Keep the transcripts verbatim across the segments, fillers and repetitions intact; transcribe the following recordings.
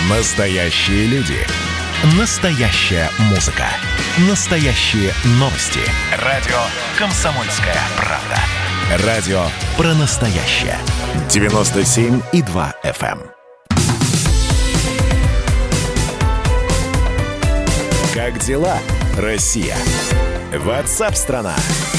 Настоящие люди. Настоящая музыка. Настоящие новости. Радио «Комсомольская правда». Радио про настоящее. девяносто семь и два эф эм. Как дела, Россия? Ватсап-страна!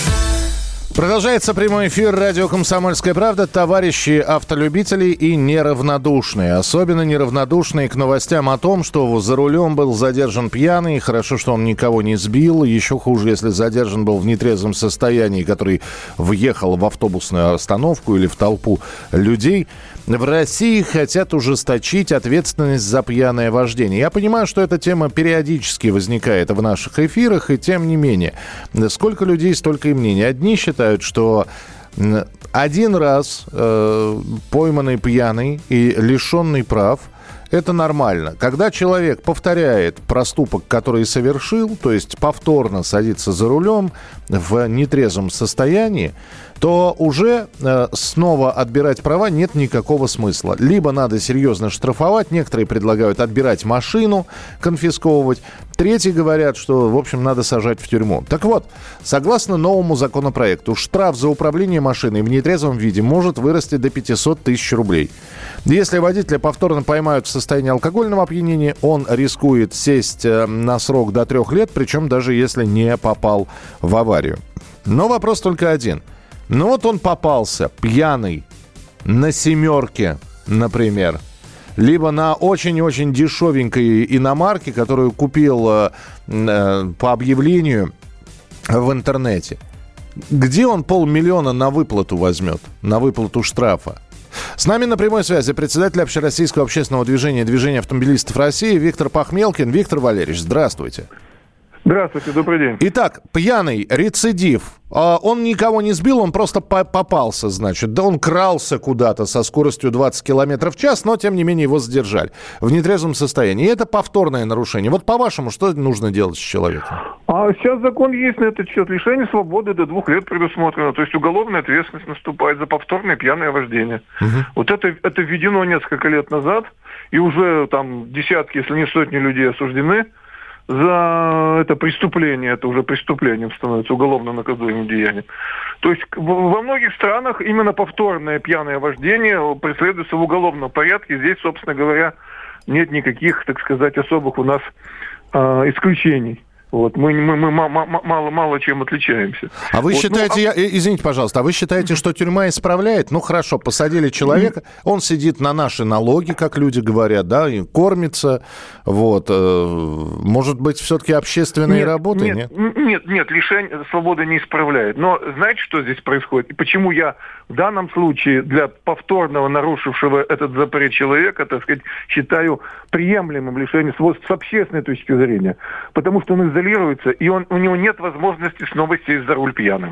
Продолжается прямой эфир радио «Комсомольская правда». Товарищи автолюбители и неравнодушные. Особенно неравнодушные к новостям о том, что за рулем был задержан пьяный. Хорошо, что он никого не сбил. Еще хуже, если задержан был в нетрезвом состоянии, который въехал в автобусную остановку или в толпу людей. В России хотят ужесточить ответственность за пьяное вождение. Я понимаю, что эта тема периодически возникает в наших эфирах, и тем не менее. Сколько людей, столько и мнений. Одни считают, что один раз э, пойманный пьяный и лишенный прав – это нормально. Когда человек повторяет проступок, который совершил, то есть повторно садится за рулем в нетрезвом состоянии, то уже э, снова отбирать права нет никакого смысла. Либо надо серьезно штрафовать, некоторые предлагают отбирать машину, конфисковывать, третьи говорят, что, в общем, надо сажать в тюрьму. Так вот, согласно новому законопроекту, штраф за управление машиной в нетрезвом виде может вырасти до пятьсот тысяч рублей. Если водителя повторно поймают в состоянии алкогольного опьянения, он рискует сесть на срок до трех лет, причем даже если не попал в аварию. Но вопрос только один. Ну вот он попался пьяный на семерке, например, либо на очень-очень дешевенькой иномарке, которую купил э, э, по объявлению в интернете. Где он полмиллиона на выплату возьмет, на выплату штрафа? С нами на прямой связи председатель Общероссийского общественного движения «Движение автомобилистов России» Виктор Пахмелкин. Виктор Валерьевич, здравствуйте. Здравствуйте, добрый день. Итак, пьяный, рецидив. Он никого не сбил, он просто попался, значит. Да он крался куда-то со скоростью двадцать километров в час, но, тем не менее, его задержали в нетрезвом состоянии. И это повторное нарушение. Вот по-вашему, что нужно делать с человеком? А сейчас закон есть на этот счет. Лишение свободы до двух лет предусмотрено. То есть уголовная ответственность наступает за повторное пьяное вождение. Угу. Вот это, это введено несколько лет назад. И уже там десятки, если не сотни людей осуждены за это преступление, это уже преступлением становится, уголовно наказуемым деянием. То есть во многих странах именно повторное пьяное вождение преследуется в уголовном порядке. Здесь, собственно говоря, нет никаких, так сказать, особых у нас э, исключений. Вот. Мы, мы, мы мало, мало чем отличаемся. А вы вот, считаете, ну, а... я, извините, пожалуйста, а вы считаете, что тюрьма исправляет? Ну, хорошо, посадили человека, он сидит на наши налоги, как люди говорят, да, и кормится, вот. Может быть, все-таки общественные нет, работы, нет? Нет, нет, нет, лишение свободы не исправляет. Но знаете, что здесь происходит? И почему я в данном случае для повторного нарушившего этот запрет человека, так сказать, считаю приемлемым лишение свободы с общественной точки зрения? Потому что он изолируется, и он, у него нет возможности снова сесть за руль пьяным.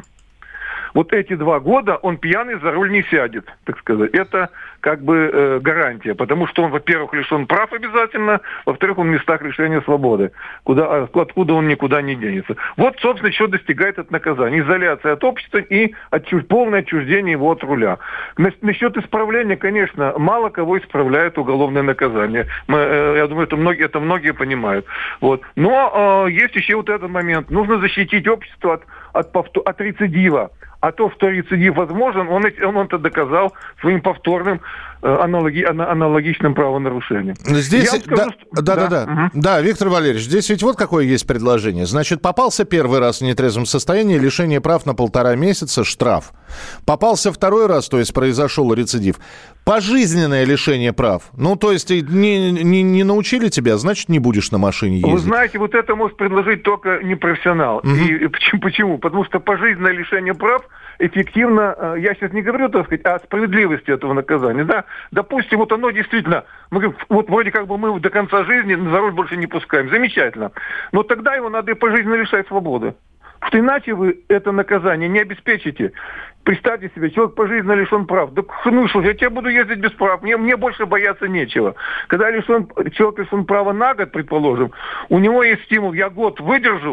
Вот эти два года он пьяный за руль не сядет, так сказать. Это как бы э, гарантия, потому что он, во-первых, лишен прав обязательно, во-вторых, он в местах лишения свободы, куда, откуда он никуда не денется. Вот, собственно, что достигает от наказания. Изоляция от общества и отчуж... полное отчуждение его от руля. Насчет исправления, конечно, мало кого исправляет уголовное наказание. Мы, э, я думаю, это многие, это многие понимают. Вот. Но э, есть еще вот этот момент. Нужно защитить общество от, от, повтор... от рецидива. А то, что рецидив возможен, он, он это доказал своим повторным э, аналоги, аналогичным правонарушением. Здесь, скажу, да, что... да, да, да, угу. да, Виктор Валерьевич, здесь ведь вот какое есть предложение. Значит, попался первый раз в нетрезвом состоянии, лишение прав на полтора месяца, штраф. Попался второй раз, то есть произошел рецидив. Пожизненное лишение прав. Ну, то есть не, не, не научили тебя, значит, не будешь на машине ездить. Вы знаете, вот это может предложить только непрофессионал. Угу. И, и почему, почему? Потому что пожизненное лишение прав эффективно, я сейчас не говорю, так сказать, о справедливости этого наказания. Да? Допустим, вот оно действительно, мы говорим, вот вроде как бы мы до конца жизни за руль больше не пускаем. Замечательно. Но тогда его надо и пожизненно лишать свободы. Потому что иначе вы это наказание не обеспечите. Представьте себе, человек пожизненно лишен прав. Да ну что, я тебе буду ездить без прав, мне, мне больше бояться нечего. Когда лишен, человек лишен права на год, предположим, у него есть стимул, я год выдержу,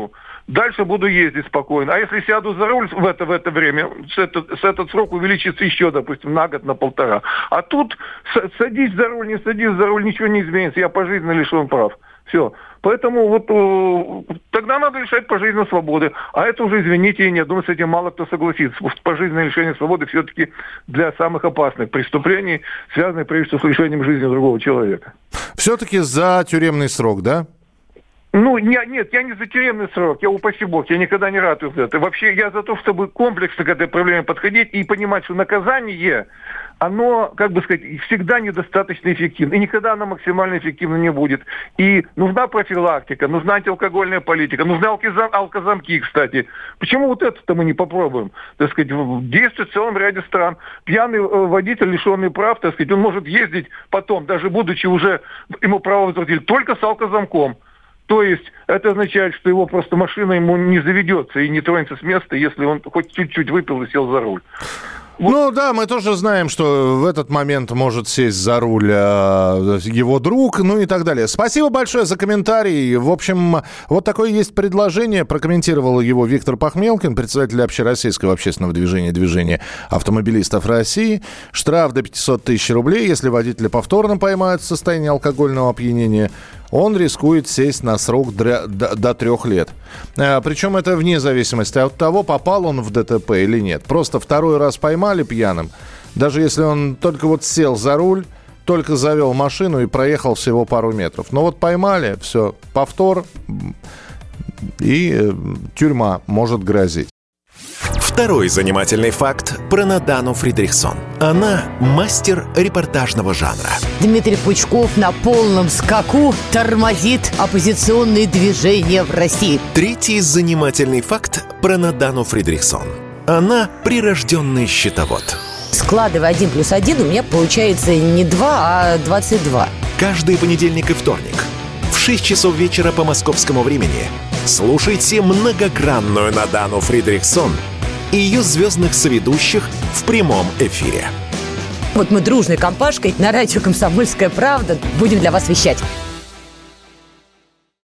дальше буду ездить спокойно. А если сяду за руль в это, в это время, с этот, с этот срок увеличится еще, допустим, на год, на полтора. А тут садись за руль, не садись за руль, ничего не изменится. Я пожизненно лишен прав. Все. Поэтому вот э, тогда надо лишать пожизненной свободы. А это уже, извините, я думаю, с этим мало кто согласится. Пожизненное лишение свободы все-таки для самых опасных преступлений, связанных прежде всего с лишением жизни другого человека. Все-таки за тюремный срок, да? Ну, не, нет, я не за тюремный срок, я упаси бог, я никогда не ратую за это. Вообще, я за то, чтобы комплексно к этой проблеме подходить и понимать, что наказание, оно, как бы сказать, всегда недостаточно эффективно. И никогда оно максимально эффективно не будет. И нужна профилактика, нужна антиалкогольная политика, нужны алкозам, алкозамки, кстати. Почему вот это-то мы не попробуем? Так сказать, действует в целом ряде стран. Пьяный водитель, лишенный прав, так сказать, он может ездить потом, даже будучи уже, ему право возвратили, только с алкозамком. То есть это означает, что его просто машина ему не заведется и не тронется с места, если он хоть чуть-чуть выпил и сел за руль. Вот. Ну да, мы тоже знаем, что в этот момент может сесть за руль э, его друг, ну и так далее. Спасибо большое за комментарий. В общем, вот такое есть предложение. Прокомментировал его Виктор Пахмелкин, председатель общероссийского общественного движения «Движение автомобилистов России». Штраф до пятьсот тысяч рублей, если водителя повторно поймают в состоянии алкогольного опьянения. Он рискует сесть на срок до, до, до трех лет. А, причем это вне зависимости от того, попал он в ДТП или нет. Просто второй раз поймали пьяным. Даже если он только вот сел за руль, только завел машину и проехал всего пару метров. Но вот поймали, все, повтор, и э, тюрьма может грозить. Второй занимательный факт про Надану Фридрихсон. Она мастер репортажного жанра. Дмитрий Пучков на полном скаку тормозит оппозиционные движения в России. Третий занимательный факт про Надану Фридрихсон. Она прирожденный счетовод. Складывая один плюс один, у меня получается не два, а двадцать два. Каждый понедельник и вторник в шесть часов вечера по московскому времени слушайте многогранную Надану Фридрихсон и ее звездных соведущих в прямом эфире. Вот мы дружной компашкой на радио «Комсомольская правда» будем для вас вещать.